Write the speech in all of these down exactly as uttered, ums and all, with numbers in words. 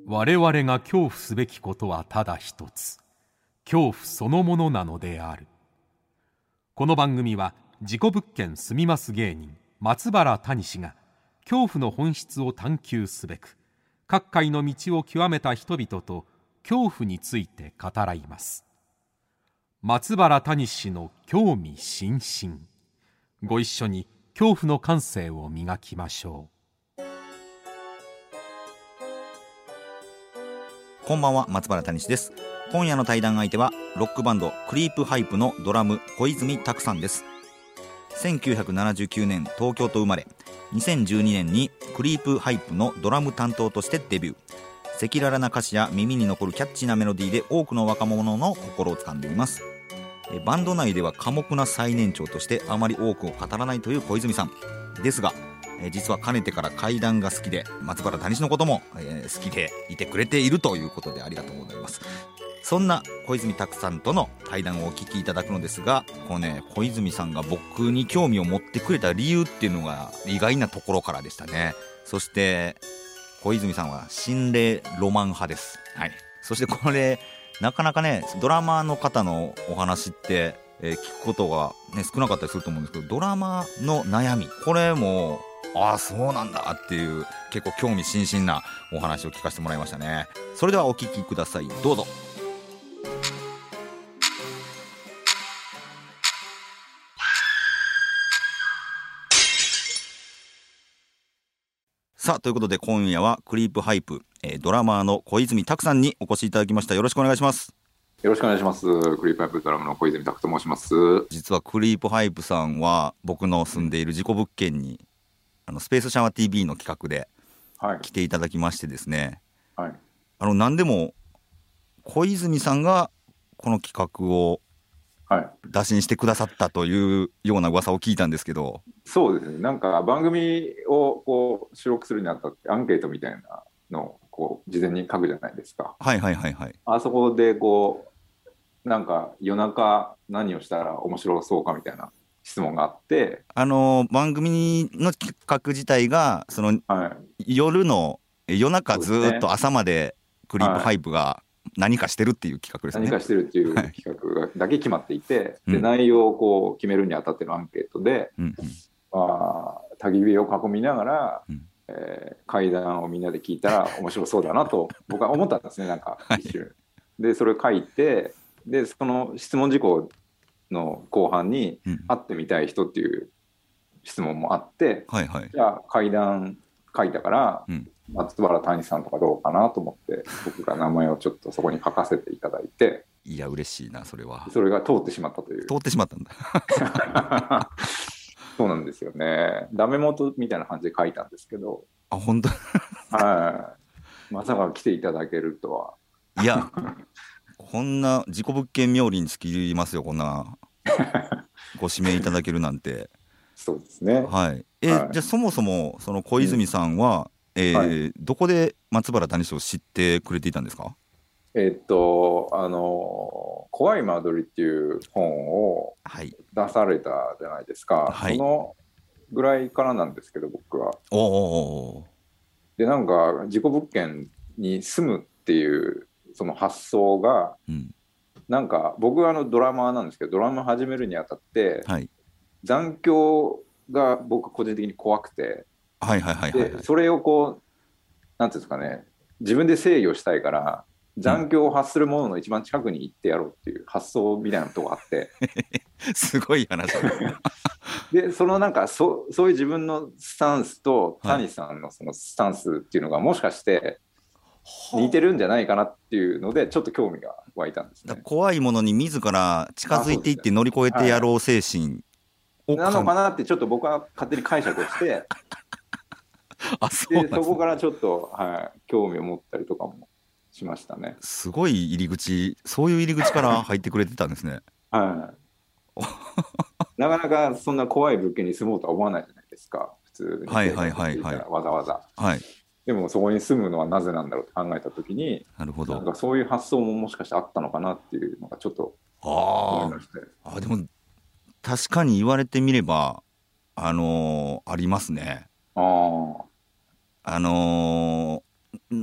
我々が恐怖すべきことはただ一つ、恐怖そのものなのである。この番組は事故物件住みます芸人松原谷氏が恐怖の本質を探求すべく各界の道を極めた人々と恐怖について語らいます。松原谷氏の興味津々、ご一緒に恐怖の感性を磨きましょう。 こんばんは、松原谷氏です。今夜の対談相手はロックバンドクリープハイプのドラム小泉拓さんです。せんきゅうひゃくななじゅうきゅうねん東京と生まれ、にせんじゅうにねんにクリープハイプのドラム担当としてデビュー。赤裸々な歌詞や耳に残るキャッチーなメロディーで多くの若者の心を掴んでいます。バンド内では寡黙な最年長としてあまり多くを語らないという小泉さんですが、実はかねてから怪談が好きで、松原谷氏のことも好きでいてくれているということでありがとうございます。そんな小泉拓さんとの対談をお聞きいただくのですが、このね、小泉さんが僕に興味を持ってくれた理由っていうのが意外なところからでしたね。そして小泉さんは心霊ロマン派です。はい。そしてこれなかなかね、ドラマーの方のお話って、えー、聞くことが、ね、少なかったりすると思うんですけど、ドラマーの悩み、これもああそうなんだっていう結構興味津々なお話を聞かせてもらいましたね。それではお聞きください、どうぞ。さあ、ということで今夜はクリープハイプ、えー、ドラマーの小泉拓さんにお越しいただきました。よろしくお願いします。 よろしくお願いします。クリープハイプドラムの小泉拓と申します。 実はクリープハイプさんは僕の住んでいる事故物件にあのスペースシャワー ティーブイ の企画で来ていただきましてですね、はい、あの何でも小泉さんがこの企画を打診してくださったというような噂を聞いたんですけど。 そうですね、なんか番組をこう収録するにあたってアンケートみたいなのをこう事前に書くじゃないですか。 はいはいはいはい。 あそこでこうなんか夜中何をしたら面白そうかみたいな質問があって、 あの番組の企画自体がその、はい、夜の夜中ずっと朝までクリープハイプが何かしてるっていう企画ですね。 何かしてるっていう企画だけ決まっていて、はい、で内容をこう決めるにあたってのアンケートで、うんうん、まあ、焚き火を囲みながら、うん、えー、怪談をみんなで聞いたら面白そうだなと僕は思ったんですね。なんか一瞬、はい、でそれを書いて、でその質問事項の後半に、うん、会ってみたい人っていう質問もあって、はいはい、じゃあ怪談書いたから、うん、松原谷さんとかどうかなと思って僕が名前をちょっとそこに書かせていただいて、 いや嬉しいなそれは。 それが通ってしまったという。 通ってしまったんだそうなんですよね。ダメ元みたいな感じで書いたんですけど。 あ、本当はい、まさか来ていただけるとは。 いやこんな事故物件冥利に尽きますよ。こんなご指名いただけるなんて。 そうですね。 はい。え、はい、じゃあそもそもその小泉さんは、うん、えーはい、どこで松原谷氏を知ってくれていたんですか？ えー、っとあの「怖い間取り」っていう本を出されたじゃないですか、はい、そのぐらいからなんですけど僕は。 おでなんか事故物件に住むっていうその発想が、うん、なんか僕はあのドラマーなんですけど、ドラム始めるにあたって、はい、残響が僕個人的に怖くて、 はいはいはいはい、 でそれをこうなんていうんですかね、自分で制御したいから残響を発するものの一番近くに行ってやろうっていう発想みたいなとこがあってすごい話でそのなんか そ, そういう自分のスタンスと谷さんのそのスタンスっていうのがもしかして似てるんじゃないかなっていうのでちょっと興味が湧いたんですね。 怖いものに自ら近づいていって乗り越えてやろう精神を、 はい、なのかなってちょっと僕は勝手に解釈をしてあ、そうなんですね。 でそこからちょっと、はい、興味を持ったりとかもしましたね。 すごい入り口、そういう入り口から入ってくれてたんですね。 はい、なかなかそんな怖い物件に住もうとは思わないじゃないですか、普通に。 はいはいはいはい、 わざわざ、 はい、 でもそこに住むのはなぜなんだろうと考えたときに、 なるほど、 なんかそういう発想ももしかしてあったのかなっていうのがちょっと思いまして。 ああ、でも確かに言われてみればあのー、ありますね。 ああのー、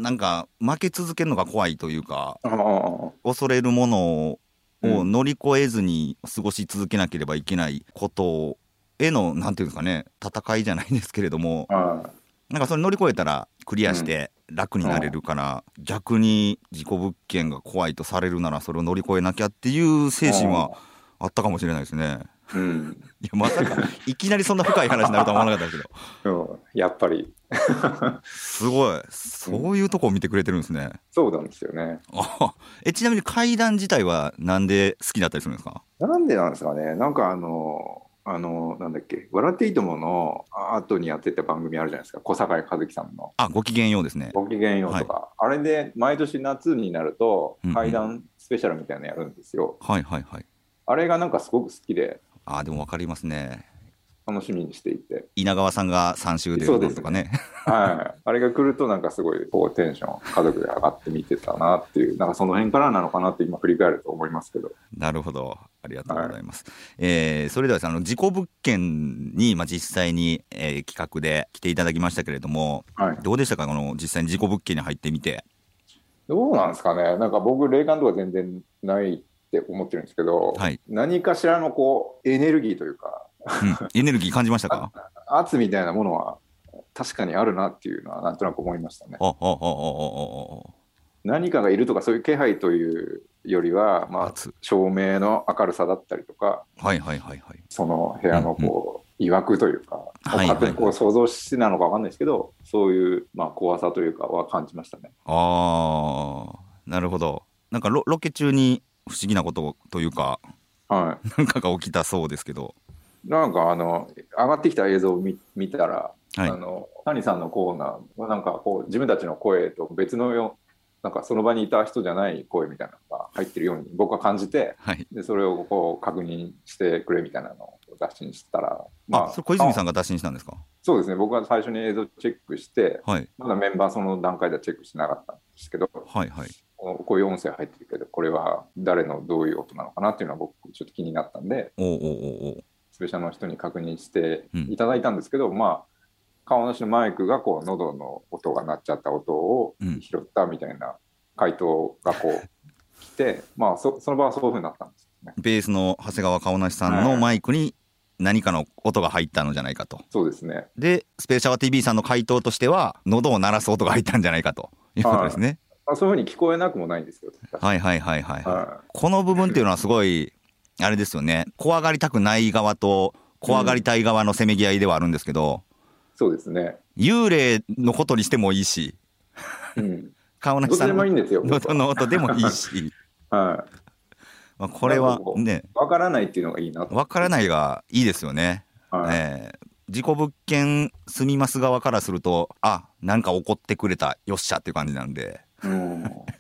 なんか負け続けるのが怖いというか、恐れるものを乗り越えずに過ごし続けなければいけないことへの、なんていうんですかね、戦いじゃないですけれども、なんかそれ乗り越えたらクリアして楽になれるから、うん、逆に事故物件が怖いとされるならそれを乗り越えなきゃっていう精神はあったかもしれないですね。うん、いやまさかいきなりそんな深い話になるとは思わなかったですけど、 うん、やっぱりすごい、そういうとこを見てくれてるんですね。うん、 そうなんですよね。 えちなみに怪談自体はなんで好きだったりするんですか？ なんでなんですかね。なんかあのあのなんだっけ、笑っていいともの後にやってた番組あるじゃないですか、小堺一樹さんの。 あ、ごきげんようですね。 ごきげんようとか、はい、あれで毎年夏になると怪談スペシャルみたいなのやるんですよ。 うんうん、はいはいはい。 あれがなんかすごく好きで。 あ、でも分かりますね。 楽しみにしていて、 稲川さんがさん週でやるとか ね, ねはい、あれが来るとなんかすごいこうテンション家族で上がって見てたなっていう、なんかその辺からなのかなって今振り返ると思いますけど。 なるほど、ありがとうございます。はい、えー、それではあの事故物件に、まあ、実際に、えー、企画で来ていただきましたけれども、はい、どうでしたか、この実際に事故物件に入ってみて。 どうなんですかね。なんか僕霊感とか全然ないって思ってるんですけど、はい、何かしらのこうエネルギーというか、 うん、エネルギー感じましたか？ 圧みたいなものは確かにあるなっていうのはなんとなく思いましたね。 ああああああ、 何かがいるとかそういう気配というよりは、まあ、照明の明るさだったりとか、 はいはいはいはい、 その部屋のこう、うんうん、曰くというか、勝手にこう想像してなのか分かんないですけど、そういう、まあ、怖さというかは感じましたね。 ああ、なるほど。なんか ロ, ロケ中に不思議なことというか、はい、なんかが起きたそうですけど、 なんかあの上がってきた映像を 見, 見たら、はい、あの谷さんのコーナーはなんかこう自分たちの声と別のよなんかその場にいた人じゃない声みたいなのが入ってるように僕は感じて、はい、でそれをこう確認してくれみたいなのを打診したら、 まあ、あそれ小泉さんが打診したんですか？ そうですね、僕は最初に映像チェックして、はい、まだメンバーその段階ではチェックしてなかったんですけど、はいはい、こういう音声入ってるけどこれは誰のどういう音なのかなっていうのは僕ちょっと気になったんで、おうおうおう、スペシャルの人に確認していただいたんですけど、うん、まあ顔なしのマイクがこう喉の音が鳴っちゃった音を拾ったみたいな回答がこう来て、まあ そ, その場はそういう風になったんですよね。 ベースの長谷川顔なしさんのマイクに何かの音が入ったのじゃないかと。 そうですね。 でスペーシャワー ティーブイ さんの回答としては喉を鳴らす音が入ったんじゃないかということですね。 まあ、そういう風に聞こえなくもないんですよ。 はいはいはいはい、はい、この部分っていうのはすごいあれですよね。怖がりたくない側と怖がりたい側のせめぎ合いではあるんですけど、うん、 そうですね。 幽霊のことにしてもいいし、うん、顔なしさんの喉の音でもいいし、はい、まあ、これはね、 分からないっていうのがいいなと。 分からないがいいですよね。はい、えー、事故物件住みます側からすると、あ、なんか怒ってくれた、よっしゃっていう感じなんで、うん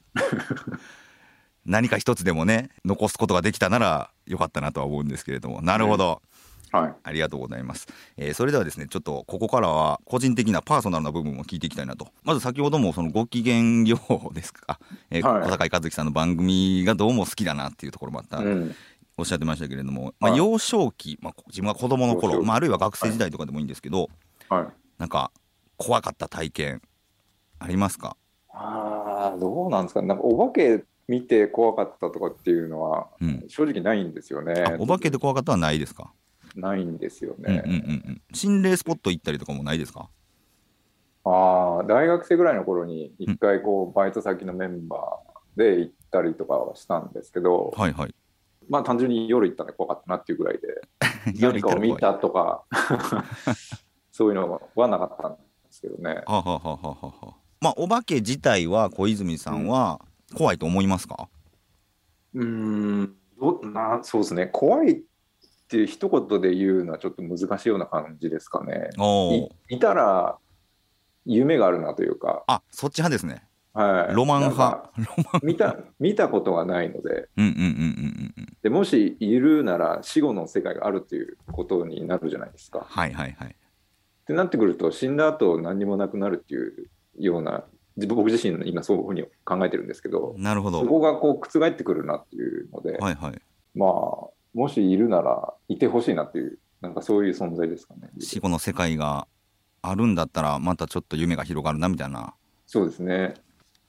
何か一つでもね残すことができたならよかったなとは思うんですけれども。なるほど、うん、はい、ありがとうございます。えー、それではですね、ちょっとここからは個人的なパーソナルな部分を聞いていきたいなと。まず先ほどもそのごきげんようですか、えーはい、小堺一樹さんの番組がどうも好きだなっていうところもあった、うん、おっしゃってましたけれども、まあ、幼少期、まあ、自分が子供の頃、まあ、あるいは学生時代とかでもいいんですけど、はい、なんか怖かった体験ありますか？ あー、どうなんですかね。なんかお化け見て怖かったとかっていうのは正直ないんですよね。 うん、お化けで怖かったはないですか？ ないんですよね。 うんうんうん、心霊スポット行ったりとかもないですか？ あ、大学生ぐらいの頃に一回こうバイト先のメンバーで行ったりとかはしたんですけど、はいはい、まあ単純に夜行ったんで怖かったなっていうぐらいで何かを見たとかそういうのはなかったんですけどね。ははははは。まあお化け自体は小泉さんは怖いと思いますか？ うーん、どなそうですね、怖いっていう一言で言うのはちょっと難しいような感じですかね。 い, いたら夢があるなというか。 あ、そっち派ですね。はい、ロマン派。 見た見たことがないので、でもしいるなら死後の世界があるということになるじゃないですか。はいはいはい。ってなってくると死んだ後何にもなくなるっていうような、僕自身今そういうふうに考えてるんですけど、 なるほど、 そこがこう覆ってくるなっていうので、はいはい、まあもしいるならいてほしいなっていう、なんかそういう存在ですかね。 死後の世界があるんだったらまたちょっと夢が広がるなみたいな。 そうですね。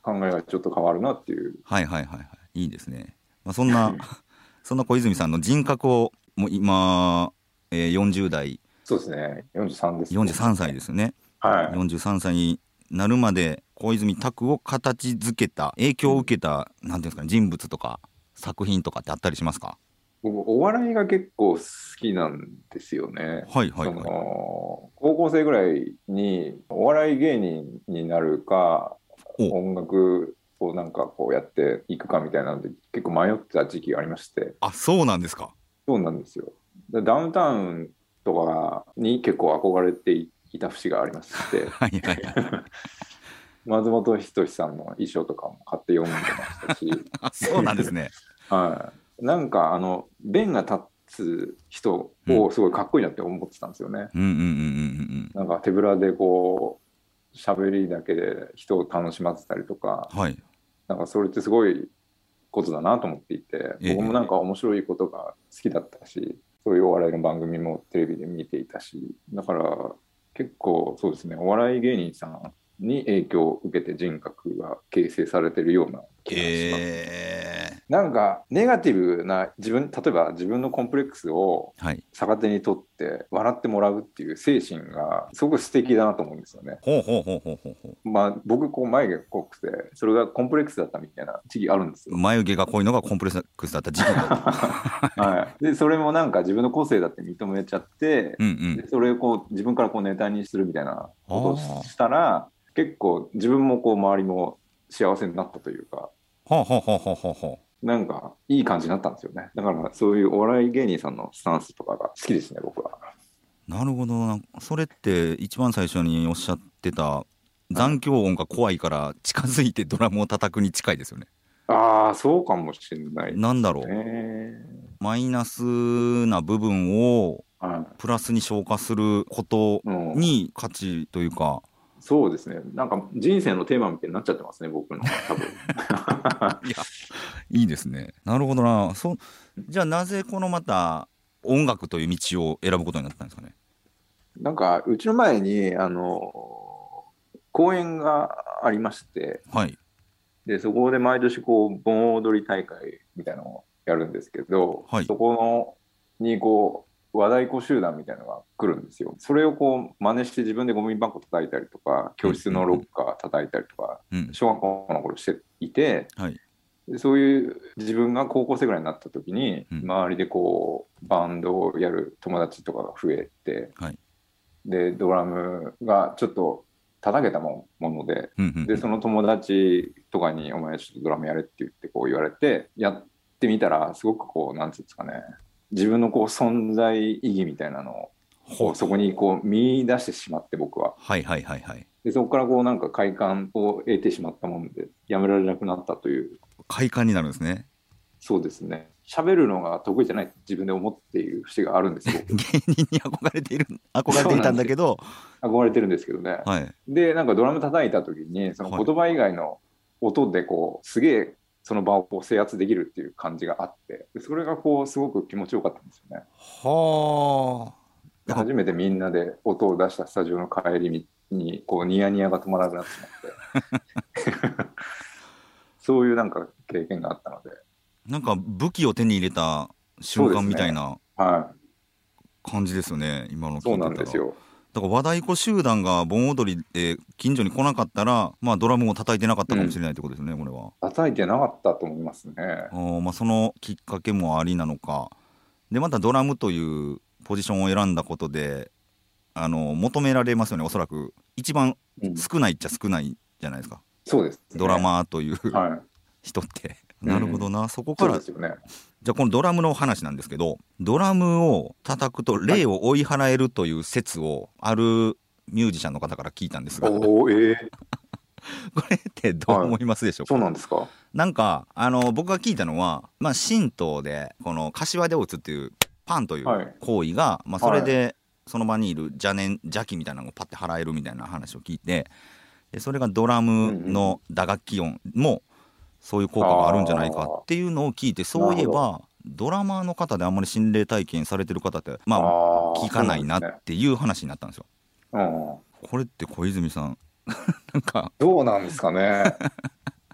考えがちょっと変わるなっていう。 はいはいはいはい、いいですね。まあ、そんなそんな小泉さんの人格をもう今、えー、よんじゅう代、 そうですね、よんじゅうさんです、ね、 よんじゅうさんさいですね、 はい、 よんじゅうさんさいになるまで小泉拓を形づけた、影響を受けた、うん、なんていうんですかね、人物とか作品とかってあったりしますか？ 僕お笑いが結構好きなんですよね。 はいはいはい。 その高校生ぐらいにお笑い芸人になるか音楽をなんかこうやっていくかみたいなので結構迷ってた時期がありまして。 あ、そうなんですか。 そうなんですよ。ダウンタウンとかに結構憧れていた節がありましてはいはい、はい、松本人志さんの衣装とかも買って読んでましたしあ、そうなんですねはい、なんかあの弁が立つ人をすごいかっこいいなって思ってたんですよね。なんか手ぶらでこう喋りだけで人を楽しませたりとか、はい、なんかそれってすごいことだなと思っていて、僕もなんか面白いことが好きだったし、そういうお笑いの番組もテレビで見ていたし、だから結構そうですね、お笑い芸人さんに影響を受けて人格が形成されてるような気がします。えー、なんかネガティブな自分、例えば自分のコンプレックスを逆手に取って笑ってもらうっていう精神がすごく素敵だなと思うんですよね。ほうほうほうほうほうほう。まあ僕こう眉毛濃くてそれがコンプレックスだったみたいな時期あるんですよ。 眉毛が濃いのがコンプレックスだった時期がはい。でそれもなんか自分の個性だって認めちゃって、うんうん、でそれをこう自分からこうネタにするみたいなことをしたら結構自分もこう周りも幸せになったというか、 はあはあはあはあはあ、 なんかいい感じになったんですよね。だからそういうお笑い芸人さんのスタンスとかが好きですね、僕は。 なるほどな。それって一番最初におっしゃってた残響音が怖いから近づいてドラムを叩くに近いですよね。 ああ、そうかもしれないですね。 なんだろう、マイナスな部分をプラスに消化することに価値というか、 うん、そうですね。なんか人生のテーマみたいになっちゃってますね、僕の多分。 いや、いいですね。なるほどな。そじゃあなぜこのまた音楽という道を選ぶことになったんですかね。 なんかうちの前にあの公演がありまして、はい、でそこで毎年こう盆踊り大会みたいなのをやるんですけど、はい、そこのにこう和太鼓集団みたいなのが来るんですよ。それをこう真似して自分でゴミ箱叩いたりとか教室のロッカー叩いたりとか、うん、小学校の頃していて、はい、でそういう自分が高校生ぐらいになった時に、うん、周りでこうバンドをやる友達とかが増えて、はい、でドラムがちょっと叩けたもので、うんうんうん、でその友達とかにお前ちょっとドラムやれって言ってこう言われてやってみたらすごくこうなんていうんですかね、自分のこう存在意義みたいなのをそこにこう見出してしまって僕は、はいはいはいはい、でそこからこうなんか快感を得てしまったものでやめられなくなったという。 快感になるんですね。 そうですね。喋るのが得意じゃないって自分で思っている節があるんですよ。 芸人に憧れている憧れていたんだけど憧れてるんですけどね、はい、でなんかドラム叩いた時にその言葉以外の音でこうすげえその場をこう制圧できるっていう感じがあって、それがこうすごく気持ちよかったんですよね。はあ。初めてみんなで音を出したスタジオの帰りにこうニヤニヤが止まらなくなってしまってそういうなんか経験があったので、 なんか武器を手に入れた瞬間みたいな感じですよね、はい、今の聞いてたら。そうなんですよ。だから和太鼓集団が盆踊りで近所に来なかったら、まあ、ドラムを叩いてなかったかもしれないってことですね、うん、これは。 叩いてなかったと思いますね。 あ、まあ、そのきっかけもありなのかで、またドラムというポジションを選んだことであの求められますよね、おそらく一番少ないっちゃ少ないじゃないですか、 うん、そうです、ね、 ドラマーという、はい、人ってなるほどな、うん、そこからですよね。じゃあこのドラムの話なんですけど、ドラムを叩くと霊を追い払えるという説をあるミュージシャンの方から聞いたんですが、おー、えー、これってどう思いますでしょうか。 はい、そうなんですか。 なんかあの僕が聞いたのは、まあ、神道でこの柏で打つっていうパンという行為が、はい、まあ、それでその場にいる邪念邪気みたいなのをパッて払えるみたいな話を聞いて、でそれがドラムの打楽器音もそういう効果があるんじゃないかっていうのを聞いて、そういえばドラマーの方であんまり心霊体験されてる方ってまあ聞かないなっていう話になったんですよ。うん、これって小泉さんなんかどうなんですかね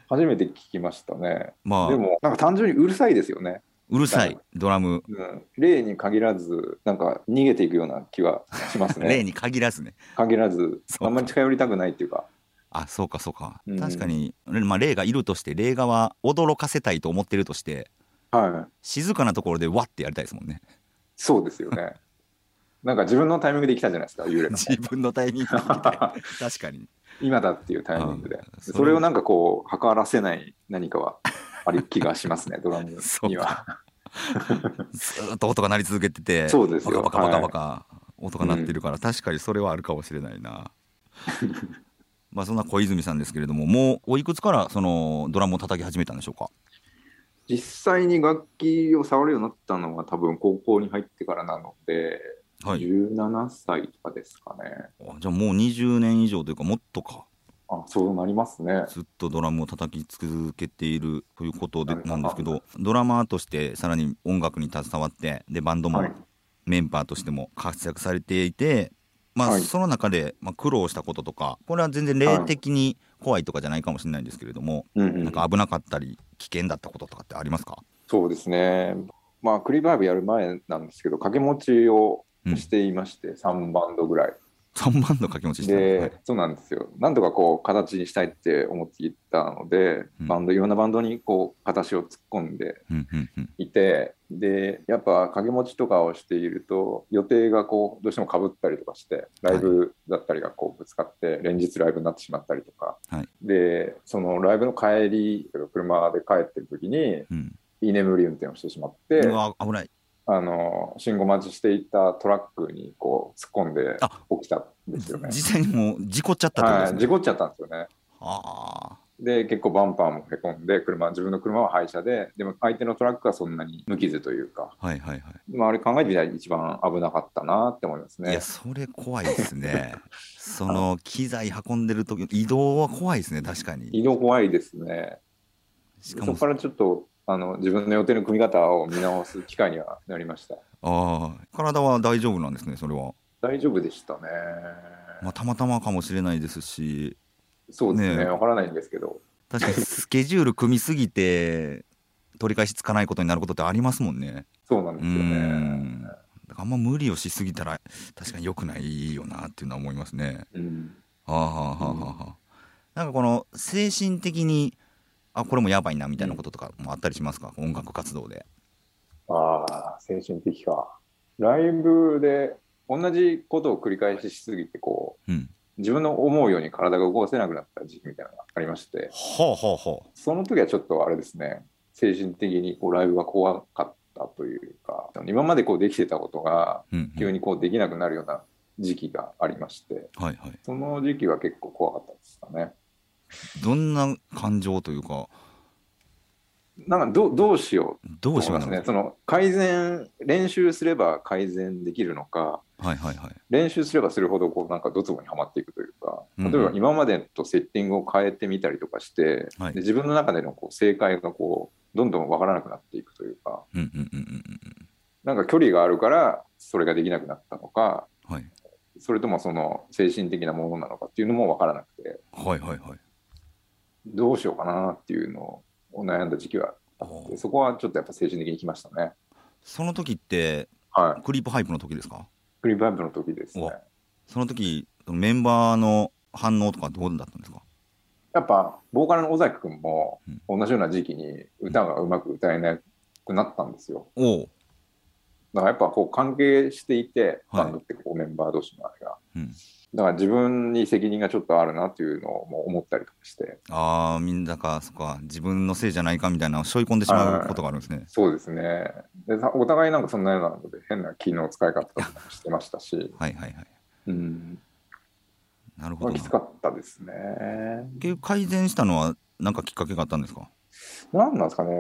初めて聞きましたね。 まあ、 でもなんか単純にうるさいですよね。 うるさいドラム、 うん、例に限らずなんか逃げていくような気はしますね。 例に限らずね。 限らずあんまり近寄りたくないっていうか。 あ、そうかそうか、 うん、 確かに、まあ、霊がいるとして、霊がは驚かせたいと思ってるとして、 はい、 静かなところでわってやりたいですもんね。そうですよね。なんか自分のタイミングで来たじゃないですか、幽霊が。 自分のタイミングで来た確かに今だっていうタイミングで、それそれをなんかこう計らせない何かはあり気がしますねドラムには。 ずっと音が鳴り続けてて、 そうですよ、 バカバカバカバカ音が鳴ってるから、はい、確かにそれはあるかもしれないな。まあそんな小泉さんですけれども、もうおいくつからそのドラムを叩き始めたんでしょうか？ 実際に楽器を触るようになったのは多分高校に入ってからなので、はい、じゅうななさいとかですかね。 じゃあもうにじゅうねん以上というかもっとか。 あ、そうなりますね。 ずっとドラムを叩き続けているということでなんですけど、ドラマーとしてさらに音楽に携わって、でバンドもメンバーとしても活躍されていて、まあ、はい、その中で、まあ、苦労したこととか、これは全然霊的に怖いとかじゃないかもしれないんですけれども、はい、なんか危なかったり危険だったこととかってありますか？ そうですね、まあクリバーブやる前なんですけど掛け持ちをしていまして、うん、さんバンドぐらいさんバンド掛け持ちしてたんで、はい、そうなんですよ。なんとかこう形にしたいって思っていたので、うん、バンドいろんなバンドにこう形を突っ込んでいて、うんうんうん、でやっぱ掛け持ちとかをしていると予定がこうどうしてもかぶったりとかしてライブだったりがこうぶつかって連日ライブになってしまったりとか、はい、でそのライブの帰り車で帰ってる時に、うん、居眠り運転をしてしまって、 うわ危ない、 あの信号待ちしていたトラックにこう突っ込んで起きたんですよね。 実際にもう事故っちゃったってことですね。 はい、事故っちゃったんですよね。あで結構バンパーもへこんで車自分の車は廃車で、でも相手のトラックはそんなに無傷というか、はいはいはい、まあ、あれ考えてみたら一番危なかったなって思いますね。 いやそれ怖いですね。その機材運んでる時移動は怖いですね。確かに移動怖いですね。しかもそこからちょっとあの自分の予定の組み方を見直す機会にはなりました。 あ、体は大丈夫なんですね。それは大丈夫でしたね。 まあ、たまたまかもしれないですし、 そうですね、わからないんですけど、 確かにスケジュール組みすぎて取り返しつかないことになることってありますもんね。 そうなんですよね。 だからあんま無理をしすぎたら確かに良くないよなっていうのは思いますね。うん、はあはあはあはあ、うん、なんかこの精神的にあこれもやばいなみたいなこととかもあったりしますか、うん、音楽活動で。 ああ、精神的か。ライブで同じことを繰り返ししすぎてこう、うん、自分の思うように体が動かせなくなった時期みたいなのがありまして、 はあはあはあ、 その時はちょっとあれですね、精神的にこうライブが怖かったというか、今までこうできてたことが急にこうできなくなるような時期がありまして、うんうん、はいはい、その時期は結構怖かったですかね。 どんな感情というか、 なんか ど, どうしようどうしようなんですね。その改善練習すれば改善できるのか、 はいはいはい、 練習すればするほどこうなんかドツボにはまっていくというか、例えば今までとセッティングを変えてみたりとかして、うんうん、で自分の中でのこう正解がこうどんどん分からなくなっていくというか、うんうんうんうん、なんか距離があるからそれができなくなったのか、はい、それともその精神的なものなのかっていうのも分からなくて、はいはいはい、どうしようかなっていうのを悩んだ時期はあって、そこはちょっとやっぱ精神的にきましたね。 その時って、はい、クリープハイプの時ですか？ クリープハイプの時ですね。 その時メンバーの反応とかどうだったんですか？ やっぱボーカルの尾崎君も同じような時期に歌がうまく歌えなくなったんですよ。うん、だからやっぱこう関係していて、バンドってこうメンバー同士のあれが、うん、だから自分に責任がちょっとあるなっていうのをもう思ったりとかして、 ああみんなかそっか自分のせいじゃないかみたいな背負い込んでしまうことがあるんですね。 そうですね。でお互いなんかそんなようなので変な気の使い方とかしてましたしはいはいはい、うん、なるほど、まあ、きつかったですね。 結局改善したのは何かきっかけがあったんですか？ 何なんですかね。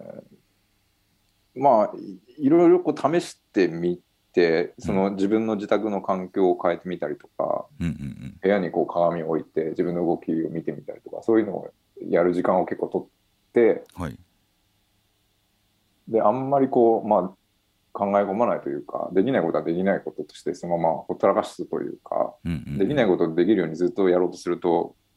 まあいろいろこう試してみて、その自分の自宅の環境を変えてみたりとか、うんうんうん、部屋にこう鏡を置いて自分の動きを見てみたりとか、そういうのをやる時間を結構取って、はい、であんまりこう、まあ、考え込まないというか、できないことはできないこととしてそのままほったらかすというか、うんうんうん、できないことをできるようにずっとやろうとすると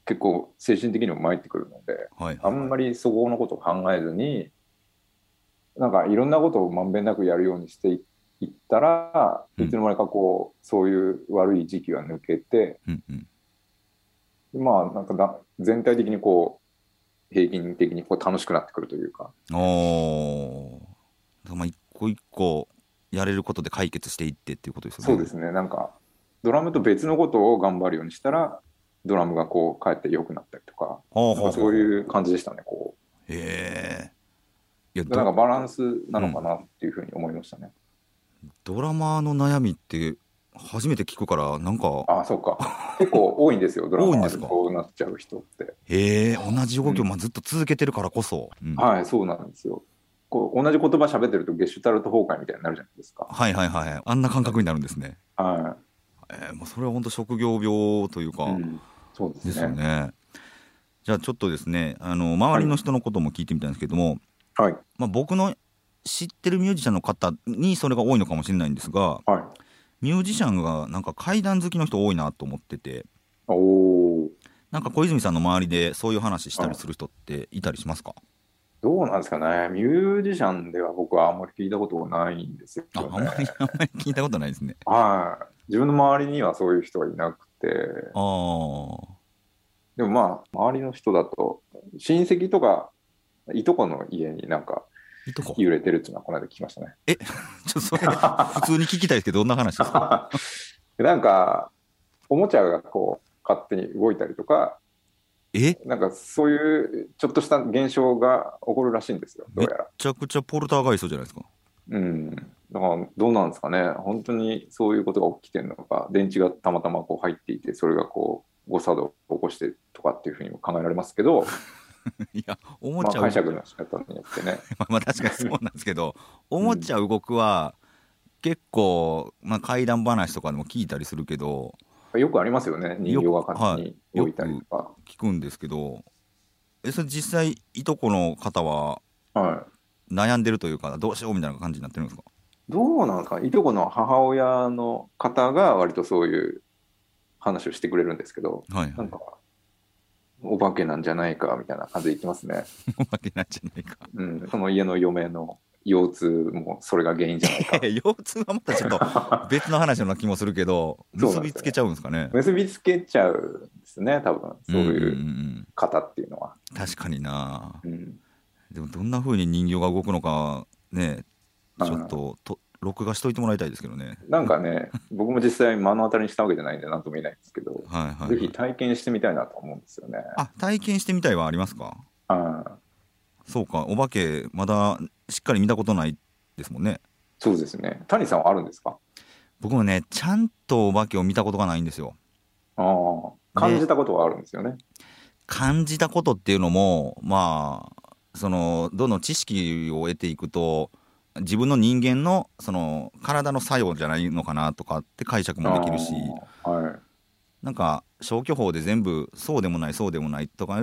結構精神的にも参ってくるので、 はいはいはい、 あんまりそこのことを考えずになんかいろんなことをまんべんなくやるようにしていったら、うん、いつの間にかこうそういう悪い時期が抜けて、うんうん、まあなんかだ全体的にこう平均的にこう楽しくなってくるというか。 おー、まあ一個一個やれることで解決していってっていうことですよね。 そうですね。なんかドラムと別のことを頑張るようにしたらドラムがこう帰って良くなったりとか、なんかそういう感じでしたね。こう。 へえ。なんかバランスなのかなっていうふうに思いましたね。 うん、ドラマーの悩みって初めて聞くからなんか。 ああ、そうか。結構多いんですよ。ドラマーでそうなっちゃう人って。 へえ、同じ動きをまあずっと続けてるからこそ。 うんうん、はい、そうなんですよ。こう同じ言葉喋ってるとゲシュタルト崩壊みたいになるじゃないですか。 はいはいはい。あんな感覚になるんですね。 はい。 えー、もうそれは本当職業病というか、うん、 そうですね。 ですよね。じゃあちょっとですね、あの周りの人のことも聞いてみたいんですけども、 はい、 まあ、僕の知ってるミュージシャンの方にそれが多いのかもしれないんですが、 はい、 ミュージシャンがなんか怪談好きの人多いなと思ってて、 おなんか小泉さんの周りでそういう話したりする人っていたりしますか？ どうなんですかね。ミュージシャンでは僕はあんまり聞いたことないんですよね。 あ、あんまりあんまり聞いたことないですね。 はい。自分の周りにはそういう人はいなくて。 ああ。 でもまあ周りの人だと親戚とかいとこの家になんか揺れてるっていうのはこの間聞きましたね。 え、ちょっとそれ普通に聞きたいですけどどんな話ですか？ なんかおもちゃがこう勝手に動いたりとか。 えなんかそういうちょっとした現象が起こるらしいんですよ。どうやら。 めちゃくちゃポルターガイストじゃないですか。 うん。だからどうなんですかね。本当にそういうことが起きてるのか、電池がたまたまこう入っていて、それがこう誤作動を起こしてとかっていうふうにも考えられますけど。 いや、おもちゃ、 まあ、解釈の仕方によってね。 まあ確かにそうなんですけど、おもちゃ動くは結構、まあ、怪談話とかでも聞いたりするけど。 よくありますよね。人形が勝手に動いたりとか、 はい、よく聞くんですけど、えそれ実際いとこの方は悩んでるというか、どうしようみたいな感じになってるんですか？ どうなんですか。いとこの母親の方が割とそういう話をしてくれるんですけど、 はいはい、 なんかお化けなんじゃないかみたいな感じで言ってますね。 お化けなんじゃないか、 うん、その家の嫁の腰痛もそれが原因じゃないか。 腰痛はまたちょっと別の話のような気もするけど結びつけちゃうんですかね。 結びつけちゃうんですね、多分そういう方っていうのは。 うんうんうん、確かにな、 うん、 でもどんな風に人形が動くのかね、ちょっと、と録画しといてもらいたいですけどね。 なんかね僕も実際目の当たりにしたわけじゃないんで何とも言えないんですけど、はいはいはい、ぜひ体験してみたいなと思うんですよね。 あ、体験してみたいはありますか？ あ、 そうか、お化けまだしっかり見たことないですもんね。 そうですね。谷さんはあるんですか？ 僕もねちゃんとお化けを見たことがないんですよ。 ああ、感じたことはあるんですよね。 感じたことっていうのもまあそのどんどん知識を得ていくと自分の人間のその体の作用じゃないのかなとかって解釈もできるし、 はい、 なんか消去法で全部そうでもないそうでもないとか言って、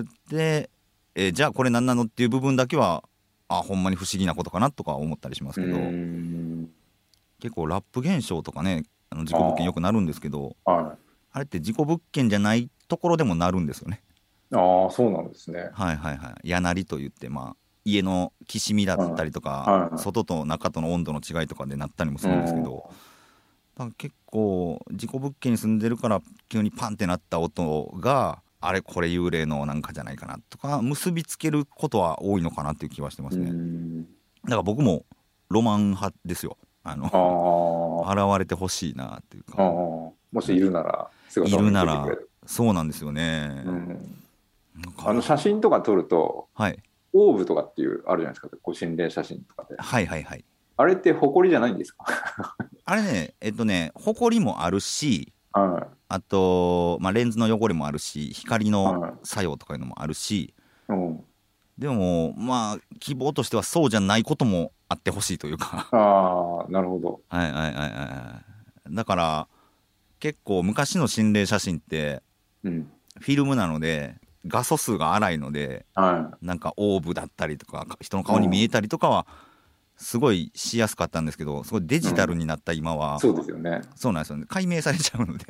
えー、じゃあこれ何なのっていう部分だけはあほんまに不思議なことかなとか思ったりしますけど、結構ラップ現象とかねあの事故物件よくなるんですけど、 あ,、はい、あれって事故物件じゃないところでもなるんですよね。 ああ、そうなんですね。 はいはいはい。やなりといってまあ家のきしみだったりとか、はいはい、外と中との温度の違いとかでなったりもするんですけど、だから結構事故物件に住んでるから急にパンってなった音があれこれ幽霊のなんかじゃないかなとか結びつけることは多いのかなっていう気はしてますね。だから僕もロマン派ですよ。あのあ現れてほしいなっていうか、あもしいるならいるならそうなんですよね。うん、 あの写真とか撮ると、はい、オーブとかっていうあるじゃないですか、こう心霊写真とかで。 はいはいはい。 あれって埃じゃないんですか？ あれねえっとね埃もあるし、 はい、 あと、まあ、レンズの汚れもあるし光の作用とかいうのもあるし、はい、うん、でもまあ希望としてはそうじゃないこともあってほしいというかああなるほど。 はいはいはいはい。だから結構昔の心霊写真って、うん、フィルムなので画素数が荒いので、はい、なんかオーブだったりとか人の顔に見えたりとかはすごいしやすかったんですけど、すごいデジタルになった今は、 うん、そうですよね。 そうなんですよね。解明されちゃうので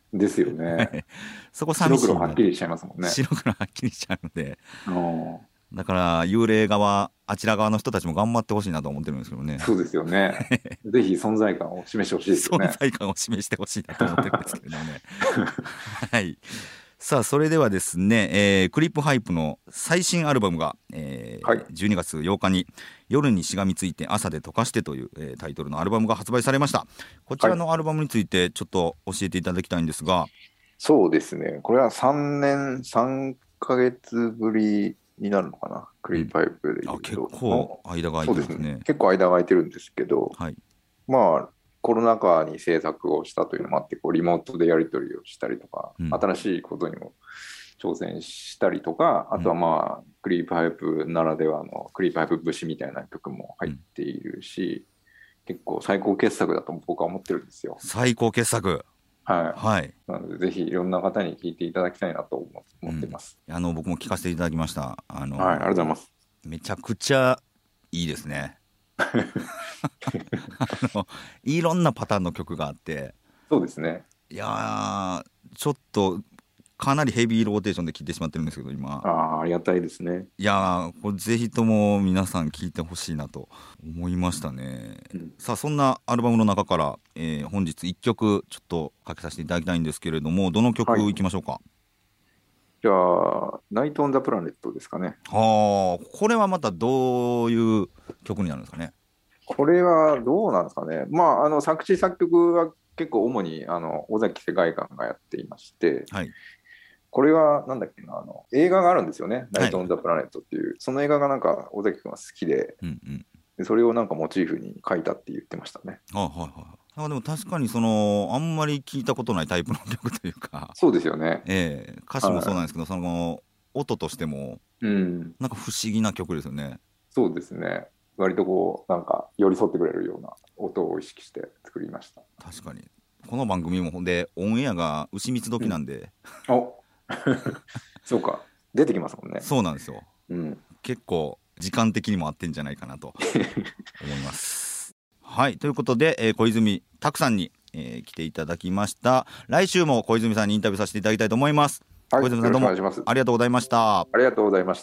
ですよね。 そこ寂しい、 白黒はっきりしちゃいますもんね。 白黒はっきりしちゃうので、だから幽霊側、あちら側の人たちも頑張ってほしいなと思ってるんですけどね。 そうですよね。ぜひ存在感を示してほしいですよね。 存在感を示してほしいなと思ってるんですけれどもね。はい。さあそれではですね、えー、クリップハイプの最新アルバムが、えーはい、じゅうにがつようかに夜にしがみついて朝で溶かしてという、えー、タイトルのアルバムが発売されました。こちらのアルバムについてちょっと教えていただきたいんですが、はい、 そうですね、これはさんねんさんかげつぶりになるのかな、クリップハイプでいうと、うん、 あ結構間が空いてるんですね。 そうですね、結構間が空いてるんですけど、はい、まあコロナ禍に制作をしたというのもあって、こうリモートでやり取りをしたりとか、うん、新しいことにも挑戦したりとか、あとはまあ、うん、クリープハイプならではのクリープハイプ節みたいな曲も入っているし、うん、結構最高傑作だと僕は思ってるんですよ。 最高傑作、 はい、 はい、 なのでぜひいろんな方に聴いていただきたいなと思ってます、 うん、あの僕も聴かせていただきました。あの、 はい、ありがとうございます。 めちゃくちゃいいですね。あのいろんなパターンの曲があって、 そうですね、 いやちょっとかなりヘビーローテーションで聴いてしまってるんですけど今。 あ, ありがたいですね。 いやこれぜひとも皆さん聴いてほしいなと思いましたね、うん、さあそんなアルバムの中から、えー、本日いっきょくちょっとかけさせていただきたいんですけれども、どの曲いきましょうか。はい、 じゃあナイト・オン・ザ・プラネットですかね。 はあ、これはまたどういう曲になるんですかね。 これはどうなんですかね。まあ、あの作詞作曲は結構主にあの尾崎世界観がやっていまして、はい、これはなんだっけな、あの映画があるんですよね、ナイト・オン・ザ・プラネットっていう、はい、その映画がなんか尾崎君が好きで、うんうん、でそれをなんかモチーフに書いたって言ってましたね。 あ、はいはい、あでも確かにそのあんまり聞いたことないタイプの曲というか、 そうですよね、 えー、歌詞もそうなんですけど、はい、その音としても、うん、なんか不思議な曲ですよね。 そうですね、割とこうなんか寄り添ってくれるような音を意識して作りました。 確かにこの番組もほんでオンエアが牛三つ時なんで、 うん、おそうか、出てきますもんね。 そうなんですよ、うん、結構時間的にも合ってんじゃないかなと思いますはいということで、えー、小泉拓さんに、えー、来ていただきました。来週も小泉さんにインタビューさせていただきたいと思います。はい、小泉さんどうもありがとうございました。 ありがとうございました。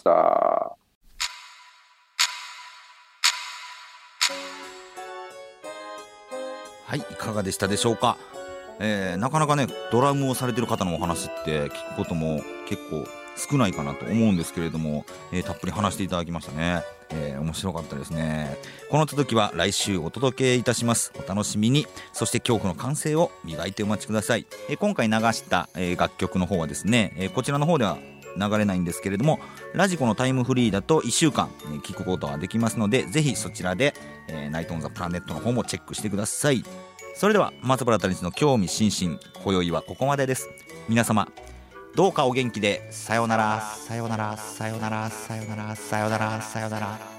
はい、いかがでしたでしょうか。えー、なかなかねドラムをされてる方のお話って聞くことも結構少ないかなと思うんですけれども、えー、たっぷり話していただきましたね。えー、面白かったですね。この続きは来週お届けいたします。お楽しみに。そして恐怖の完成を磨いてお待ちください。えー、今回流した、えー、楽曲の方はですね、えー、こちらの方では流れないんですけれども、ラジコのタイムフリーだといっしゅうかん、えー、聞くことができますので、ぜひそちらで、えー、ナイト・オン・ザ・プラネットの方もチェックしてください。それでは松原谷の興味津々、今宵はここまでです。皆様どうかお元気で。さようなら、さようなら、さようなら、さようなら、さようなら、さようなら。